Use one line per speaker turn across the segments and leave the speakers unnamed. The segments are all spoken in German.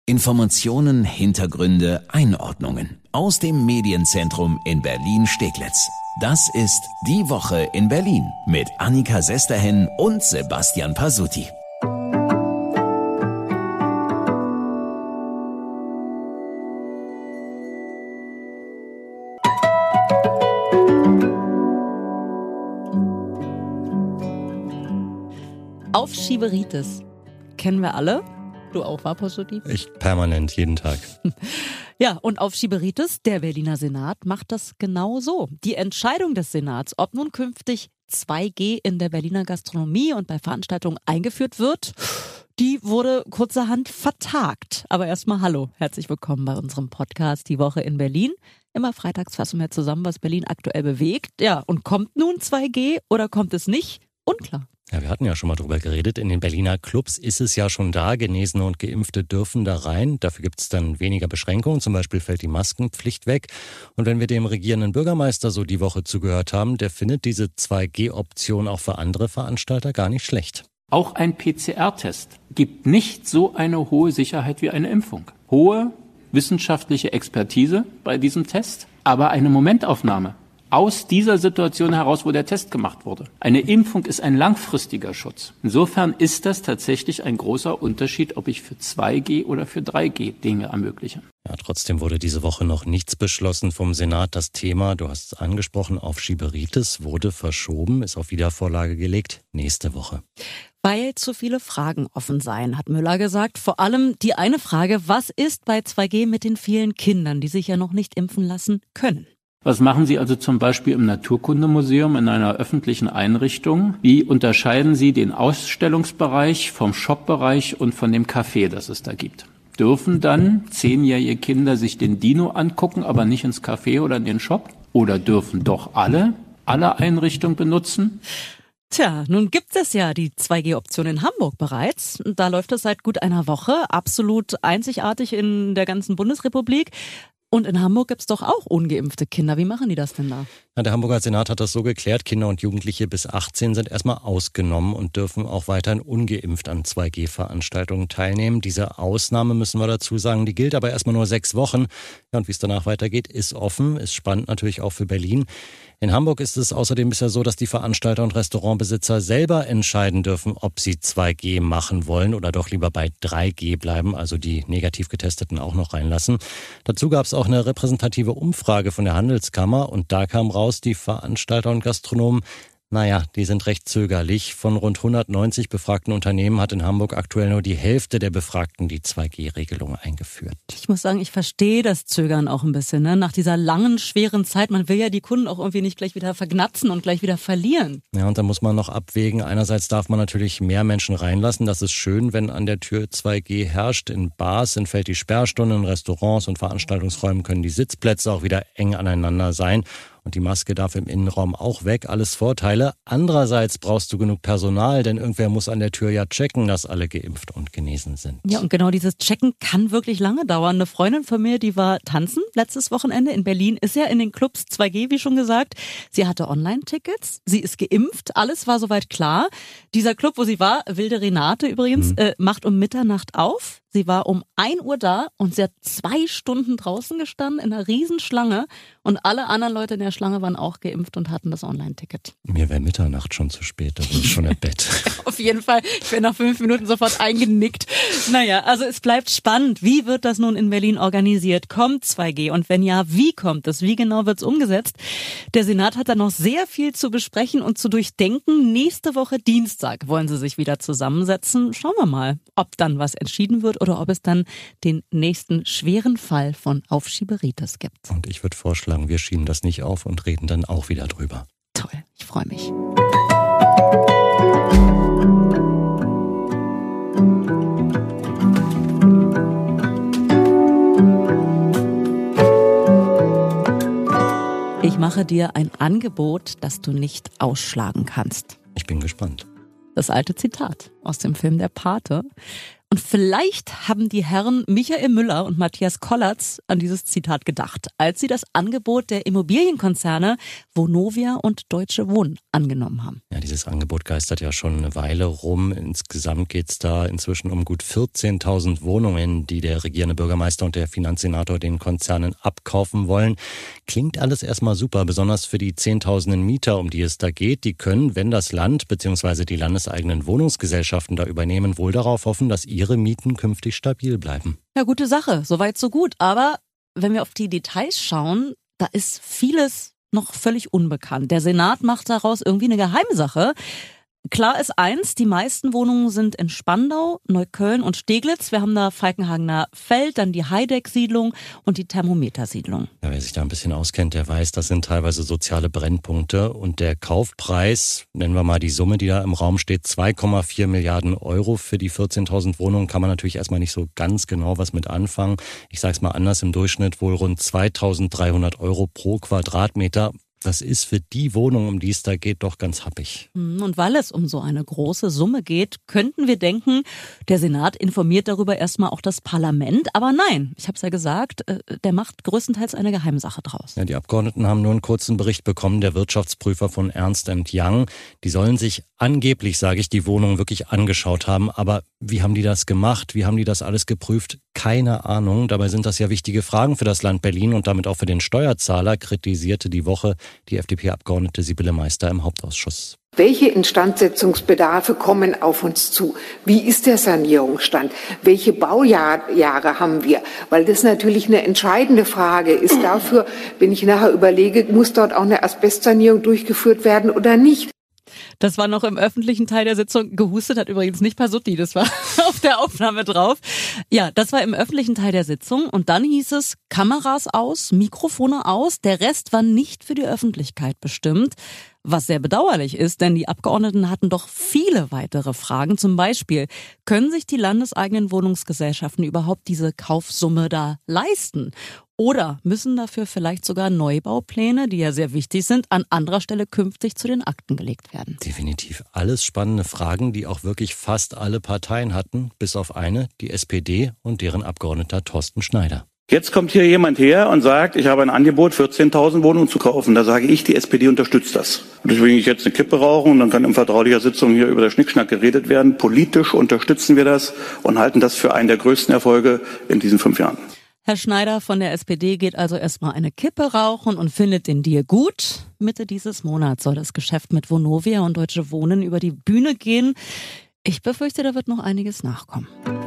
Informationen, Hintergründe, Einordnungen aus dem Medienzentrum in Berlin-Steglitz. Das ist Die Woche in Berlin mit Annika Sesterhen und Sebastian Pasuti.
Aufschieberitis. Kennen wir alle? Du auch, war Pasuti?
Ich permanent, jeden Tag.
Ja, und Aufschieberitis, der Berliner Senat macht das genau so. Die Entscheidung des Senats, ob nun künftig 2G in der Berliner Gastronomie und bei Veranstaltungen eingeführt wird, die wurde kurzerhand vertagt. Aber erstmal hallo, herzlich willkommen bei unserem Podcast Die Woche in Berlin. Immer freitags fassen wir zusammen, was Berlin aktuell bewegt. Ja, und kommt nun 2G oder kommt es nicht? Unklar.
Ja, wir hatten ja schon mal drüber geredet. In den Berliner Clubs ist es ja schon da. Genesene und Geimpfte dürfen da rein. Dafür gibt es dann weniger Beschränkungen. Zum Beispiel fällt die Maskenpflicht weg. Und wenn wir dem regierenden Bürgermeister so die Woche zugehört haben, der findet diese 2G-Option auch für andere Veranstalter gar nicht schlecht.
Auch ein PCR-Test gibt nicht so eine hohe Sicherheit wie eine Impfung. Hohe wissenschaftliche Expertise bei diesem Test, aber eine Momentaufnahme aus dieser Situation heraus, wo der Test gemacht wurde. Eine Impfung ist ein langfristiger Schutz. Insofern ist das tatsächlich ein großer Unterschied, ob ich für 2G oder für 3G Dinge ermögliche.
Ja, trotzdem wurde diese Woche noch nichts beschlossen vom Senat. Das Thema, du hast es angesprochen, Aufschieberitis wurde verschoben, ist auf Wiedervorlage gelegt, nächste Woche.
Weil zu viele Fragen offen seien, hat Müller gesagt. Vor allem die eine Frage, was ist bei 2G mit den vielen Kindern, die sich ja noch nicht impfen lassen können?
Was machen Sie also zum Beispiel im Naturkundemuseum in einer öffentlichen Einrichtung? Wie unterscheiden Sie den Ausstellungsbereich vom Shopbereich und von dem Café, das es da gibt? Dürfen dann 10-jährige Kinder sich den Dino angucken, aber nicht ins Café oder in den Shop? Oder dürfen doch alle Einrichtungen benutzen?
Tja, nun gibt es ja die 2G-Option in Hamburg bereits. Da läuft es seit gut einer Woche, absolut einzigartig in der ganzen Bundesrepublik. Und in Hamburg gibt's doch auch ungeimpfte Kinder. Wie machen die das denn da?
Ja, der Hamburger Senat hat das so geklärt, Kinder und Jugendliche bis 18 sind erstmal ausgenommen und dürfen auch weiterhin ungeimpft an 2G-Veranstaltungen teilnehmen. Diese Ausnahme, müssen wir dazu sagen, die gilt aber erstmal nur 6 Wochen. Ja, und wie es danach weitergeht, ist offen, ist spannend natürlich auch für Berlin. In Hamburg ist es außerdem bisher so, dass die Veranstalter und Restaurantbesitzer selber entscheiden dürfen, ob sie 2G machen wollen oder doch lieber bei 3G bleiben, also die negativ Getesteten auch noch reinlassen. Dazu gab es auch eine repräsentative Umfrage von der Handelskammer und da kam raus, die Veranstalter und Gastronomen, die sind recht zögerlich. Von rund 190 befragten Unternehmen hat in Hamburg aktuell nur die Hälfte der Befragten die 2G-Regelung eingeführt.
Ich muss sagen, ich verstehe das Zögern auch ein bisschen, ne? Nach dieser langen, schweren Zeit. Man will ja die Kunden auch irgendwie nicht gleich wieder vergnatzen und gleich wieder verlieren.
Ja, und da muss man noch abwägen. Einerseits darf man natürlich mehr Menschen reinlassen. Das ist schön, wenn an der Tür 2G herrscht. In Bars entfällt die Sperrstunde, in Restaurants und Veranstaltungsräumen können die Sitzplätze auch wieder eng aneinander sein. Und die Maske darf im Innenraum auch weg, alles Vorteile. Andererseits brauchst du genug Personal, denn irgendwer muss an der Tür ja checken, dass alle geimpft und genesen sind.
Ja, und genau dieses Checken kann wirklich lange dauern. Eine Freundin von mir, die war tanzen letztes Wochenende in Berlin, ist ja in den Clubs 2G, wie schon gesagt. Sie hatte Online-Tickets, sie ist geimpft, alles war soweit klar. Dieser Club, wo sie war, Wilde Renate übrigens, macht um Mitternacht auf. Sie war um 1 Uhr da und sie hat 2 Stunden draußen gestanden in einer Riesenschlange und alle anderen Leute in der Schlange waren auch geimpft und hatten das Online-Ticket.
Mir wäre Mitternacht schon zu spät, da bin ich schon im Bett.
Auf jeden Fall, ich bin nach 5 Minuten sofort eingenickt. Naja, also es bleibt spannend. Wie wird das nun in Berlin organisiert? Kommt 2G? Und wenn ja, wie kommt es? Wie genau wird es umgesetzt? Der Senat hat da noch sehr viel zu besprechen und zu durchdenken. Nächste Woche Dienstag wollen sie sich wieder zusammensetzen. Schauen wir mal, ob dann was entschieden wird oder ob es dann den nächsten schweren Fall von Aufschieberitis gibt.
Und ich würde vorschlagen, wir schieben das nicht auf und reden dann auch wieder drüber.
Toll, ich freue mich. Ich mache dir ein Angebot, das du nicht ausschlagen kannst.
Ich bin gespannt.
Das alte Zitat aus dem Film Der Pate. Und vielleicht haben die Herren Michael Müller und Matthias Kollatz an dieses Zitat gedacht, als sie das Angebot der Immobilienkonzerne Vonovia und Deutsche Wohnen angenommen haben.
Ja, dieses Angebot geistert ja schon eine Weile rum. Insgesamt geht es da inzwischen um gut 14.000 Wohnungen, die der regierende Bürgermeister und der Finanzsenator den Konzernen abkaufen wollen. Klingt alles erstmal super, besonders für die Zehntausenden Mieter, um die es da geht. Die können, wenn das Land bzw. die landeseigenen Wohnungsgesellschaften da übernehmen, wohl darauf hoffen, dass ihre Mieten künftig stabil bleiben.
Ja, gute Sache, soweit so gut. Aber wenn wir auf die Details schauen, da ist vieles noch völlig unbekannt. Der Senat macht daraus irgendwie eine Geheimsache. Klar ist eins, die meisten Wohnungen sind in Spandau, Neukölln und Steglitz. Wir haben da Falkenhagener Feld, dann die Heideck-Siedlung und die Thermometer-Siedlung.
Ja, wer sich da ein bisschen auskennt, der weiß, das sind teilweise soziale Brennpunkte. Und der Kaufpreis, nennen wir mal die Summe, die da im Raum steht, 2,4 Milliarden Euro für die 14.000 Wohnungen, kann man natürlich erstmal nicht so ganz genau was mit anfangen. Ich sage es mal anders, im Durchschnitt wohl rund 2.300 Euro pro Quadratmeter. Das ist für die Wohnung, um die es da geht, doch ganz happig.
Und weil es um so eine große Summe geht, könnten wir denken, der Senat informiert darüber erstmal auch das Parlament. Aber nein, ich habe es ja gesagt, der macht größtenteils eine Geheimsache draus.
Ja, die Abgeordneten haben nur einen kurzen Bericht bekommen, der Wirtschaftsprüfer von Ernst & Young. Die sollen sich angeblich, sage ich, die Wohnung wirklich angeschaut haben. Aber wie haben die das gemacht? Wie haben die das alles geprüft? Keine Ahnung. Dabei sind das ja wichtige Fragen für das Land Berlin und damit auch für den Steuerzahler, kritisierte die Woche die FDP-Abgeordnete Sibylle Meister im Hauptausschuss.
Welche Instandsetzungsbedarfe kommen auf uns zu? Wie ist der Sanierungsstand? Welche Baujahre haben wir? Weil das natürlich eine entscheidende Frage ist dafür, wenn ich nachher überlege, muss dort auch eine Asbestsanierung durchgeführt werden oder nicht?
Das war noch im öffentlichen Teil der Sitzung. Gehustet hat übrigens nicht Pasutti, das war auf der Aufnahme drauf. Ja, das war im öffentlichen Teil der Sitzung und dann hieß es Kameras aus, Mikrofone aus, der Rest war nicht für die Öffentlichkeit bestimmt. Was sehr bedauerlich ist, denn die Abgeordneten hatten doch viele weitere Fragen. Zum Beispiel, können sich die landeseigenen Wohnungsgesellschaften überhaupt diese Kaufsumme da leisten? Oder müssen dafür vielleicht sogar Neubaupläne, die ja sehr wichtig sind, an anderer Stelle künftig zu den Akten gelegt werden?
Definitiv alles spannende Fragen, die auch wirklich fast alle Parteien hatten, bis auf eine, die SPD und deren Abgeordneter Thorsten Schneider.
Jetzt kommt hier jemand her und sagt, ich habe ein Angebot, 14.000 Wohnungen zu kaufen. Da sage ich, die SPD unterstützt das. Und deswegen ich jetzt eine Kippe rauchen und dann kann in vertraulicher Sitzung hier über das Schnickschnack geredet werden. Politisch unterstützen wir das und halten das für einen der größten Erfolge in diesen 5 Jahren.
Herr Schneider von der SPD geht also erstmal eine Kippe rauchen und findet den Deal gut. Mitte dieses Monats soll das Geschäft mit Vonovia und Deutsche Wohnen über die Bühne gehen. Ich befürchte, da wird noch einiges nachkommen.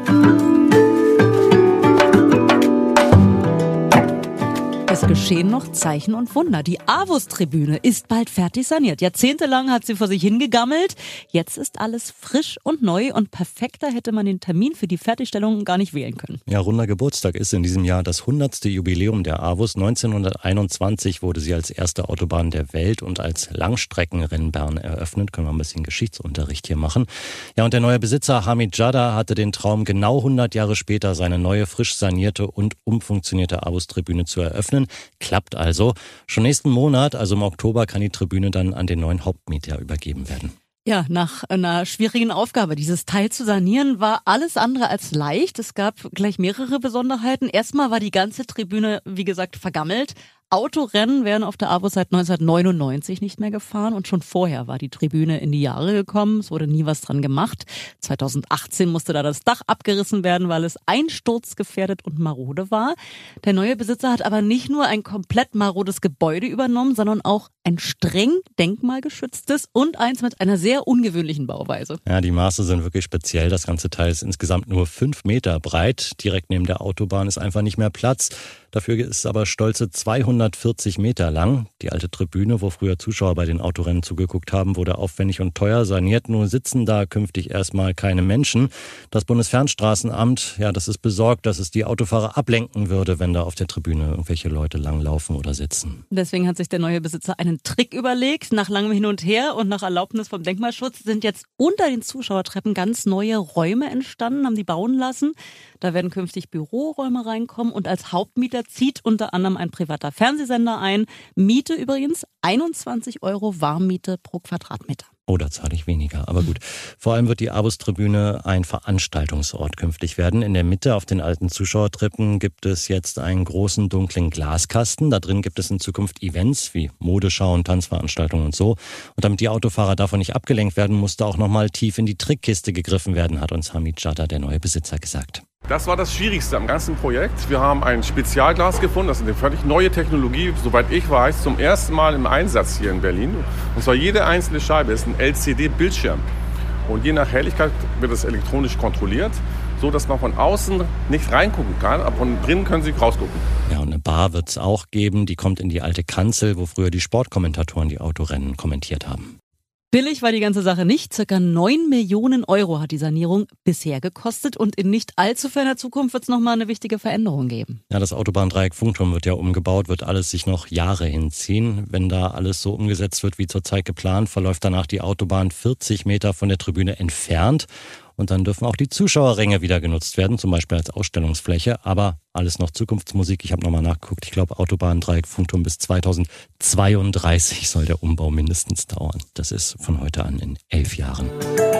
Es geschehen noch Zeichen und Wunder. Die AWUS-Tribüne ist bald fertig saniert. Jahrzehntelang hat sie vor sich hingegammelt. Jetzt ist alles frisch und neu und perfekter hätte man den Termin für die Fertigstellung gar nicht wählen können.
Ja, runder Geburtstag ist in diesem Jahr das 100. Jubiläum der AWUS. 1921 wurde sie als erste Autobahn der Welt und als Langstreckenrennbahn eröffnet. Können wir ein bisschen Geschichtsunterricht hier machen. Ja, und der neue Besitzer Hamid Jada hatte den Traum, genau 100 Jahre später seine neue, frisch sanierte und umfunktionierte AWUS-Tribüne zu eröffnen. Klappt also. Schon nächsten Monat, also im Oktober, kann die Tribüne dann an den neuen Hauptmieter übergeben werden.
Ja, nach einer schwierigen Aufgabe, dieses Teil zu sanieren, war alles andere als leicht. Es gab gleich mehrere Besonderheiten. Erstmal war die ganze Tribüne, wie gesagt, vergammelt. Autorennen werden auf der AWUS seit 1999 nicht mehr gefahren und schon vorher war die Tribüne in die Jahre gekommen. Es wurde nie was dran gemacht. 2018 musste da das Dach abgerissen werden, weil es einsturzgefährdet und marode war. Der neue Besitzer hat aber nicht nur ein komplett marodes Gebäude übernommen, sondern auch ein streng denkmalgeschütztes und eins mit einer sehr ungewöhnlichen Bauweise.
Ja, die Maße sind wirklich speziell. Das ganze Teil ist insgesamt nur 5 Meter breit. Direkt neben der Autobahn ist einfach nicht mehr Platz. Dafür ist es aber stolze 240 Meter lang. Die alte Tribüne, wo früher Zuschauer bei den Autorennen zugeguckt haben, wurde aufwendig und teuer saniert. Nur sitzen da künftig erstmal keine Menschen. Das Bundesfernstraßenamt, ja, das ist besorgt, dass es die Autofahrer ablenken würde, wenn da auf der Tribüne irgendwelche Leute langlaufen oder sitzen.
Deswegen hat sich der neue Besitzer einen Trick überlegt. Nach langem Hin und Her und nach Erlaubnis vom Denkmalschutz sind jetzt unter den Zuschauertreppen ganz neue Räume entstanden, haben die bauen lassen. Da werden künftig Büroräume reinkommen und als Hauptmieter zieht unter anderem ein privater Fernsehsender ein. Miete übrigens 21 € Warmmiete pro Quadratmeter.
Oh, da zahle ich weniger, aber gut. Vor allem wird die Abus-Tribüne ein Veranstaltungsort künftig werden. In der Mitte auf den alten Zuschauertreppen gibt es jetzt einen großen dunklen Glaskasten. Da drin gibt es in Zukunft Events wie Modeschauen, Tanzveranstaltungen und so. Und damit die Autofahrer davon nicht abgelenkt werden, musste auch nochmal tief in die Trickkiste gegriffen werden, hat uns Hamid Jadda, der neue Besitzer, gesagt.
Das war das Schwierigste am ganzen Projekt. Wir haben ein Spezialglas gefunden, das ist eine völlig neue Technologie, soweit ich weiß, zum ersten Mal im Einsatz hier in Berlin. Und zwar jede einzelne Scheibe ist ein LCD-Bildschirm. Und je nach Helligkeit wird es elektronisch kontrolliert, so dass man von außen nicht reingucken kann, aber von drinnen können Sie rausgucken.
Ja, und eine Bar wird es auch geben, die kommt in die alte Kanzel, wo früher die Sportkommentatoren die Autorennen kommentiert haben.
Billig war die ganze Sache nicht. Circa 9 Millionen Euro hat die Sanierung bisher gekostet und in nicht allzu ferner Zukunft wird es nochmal eine wichtige Veränderung geben.
Ja, das Autobahndreieck Funkturm wird ja umgebaut, wird alles sich noch Jahre hinziehen. Wenn da alles so umgesetzt wird wie zurzeit geplant, verläuft danach die Autobahn 40 Meter von der Tribüne entfernt. Und dann dürfen auch die Zuschauerränge wieder genutzt werden, zum Beispiel als Ausstellungsfläche. Aber alles noch Zukunftsmusik. Ich habe nochmal nachgeguckt. Ich glaube, Autobahndreieck Funkturm bis 2032 soll der Umbau mindestens dauern. Das ist von heute an in 11 Jahren.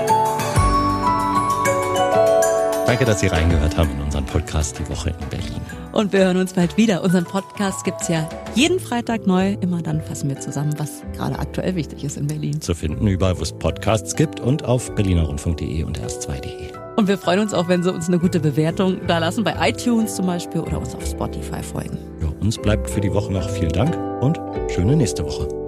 Danke, dass Sie reingehört haben in unseren Podcast Die Woche in Berlin.
Und wir hören uns bald wieder. Unseren Podcast gibt's ja jeden Freitag neu. Immer dann fassen wir zusammen, was gerade aktuell wichtig ist in Berlin.
Zu finden überall, wo es Podcasts gibt und auf berlinerrundfunk.de und erst2.de.
Und wir freuen uns auch, wenn Sie uns eine gute Bewertung da lassen, bei iTunes zum Beispiel oder uns auf Spotify folgen.
Ja, uns bleibt für die Woche noch viel Dank und schöne nächste Woche.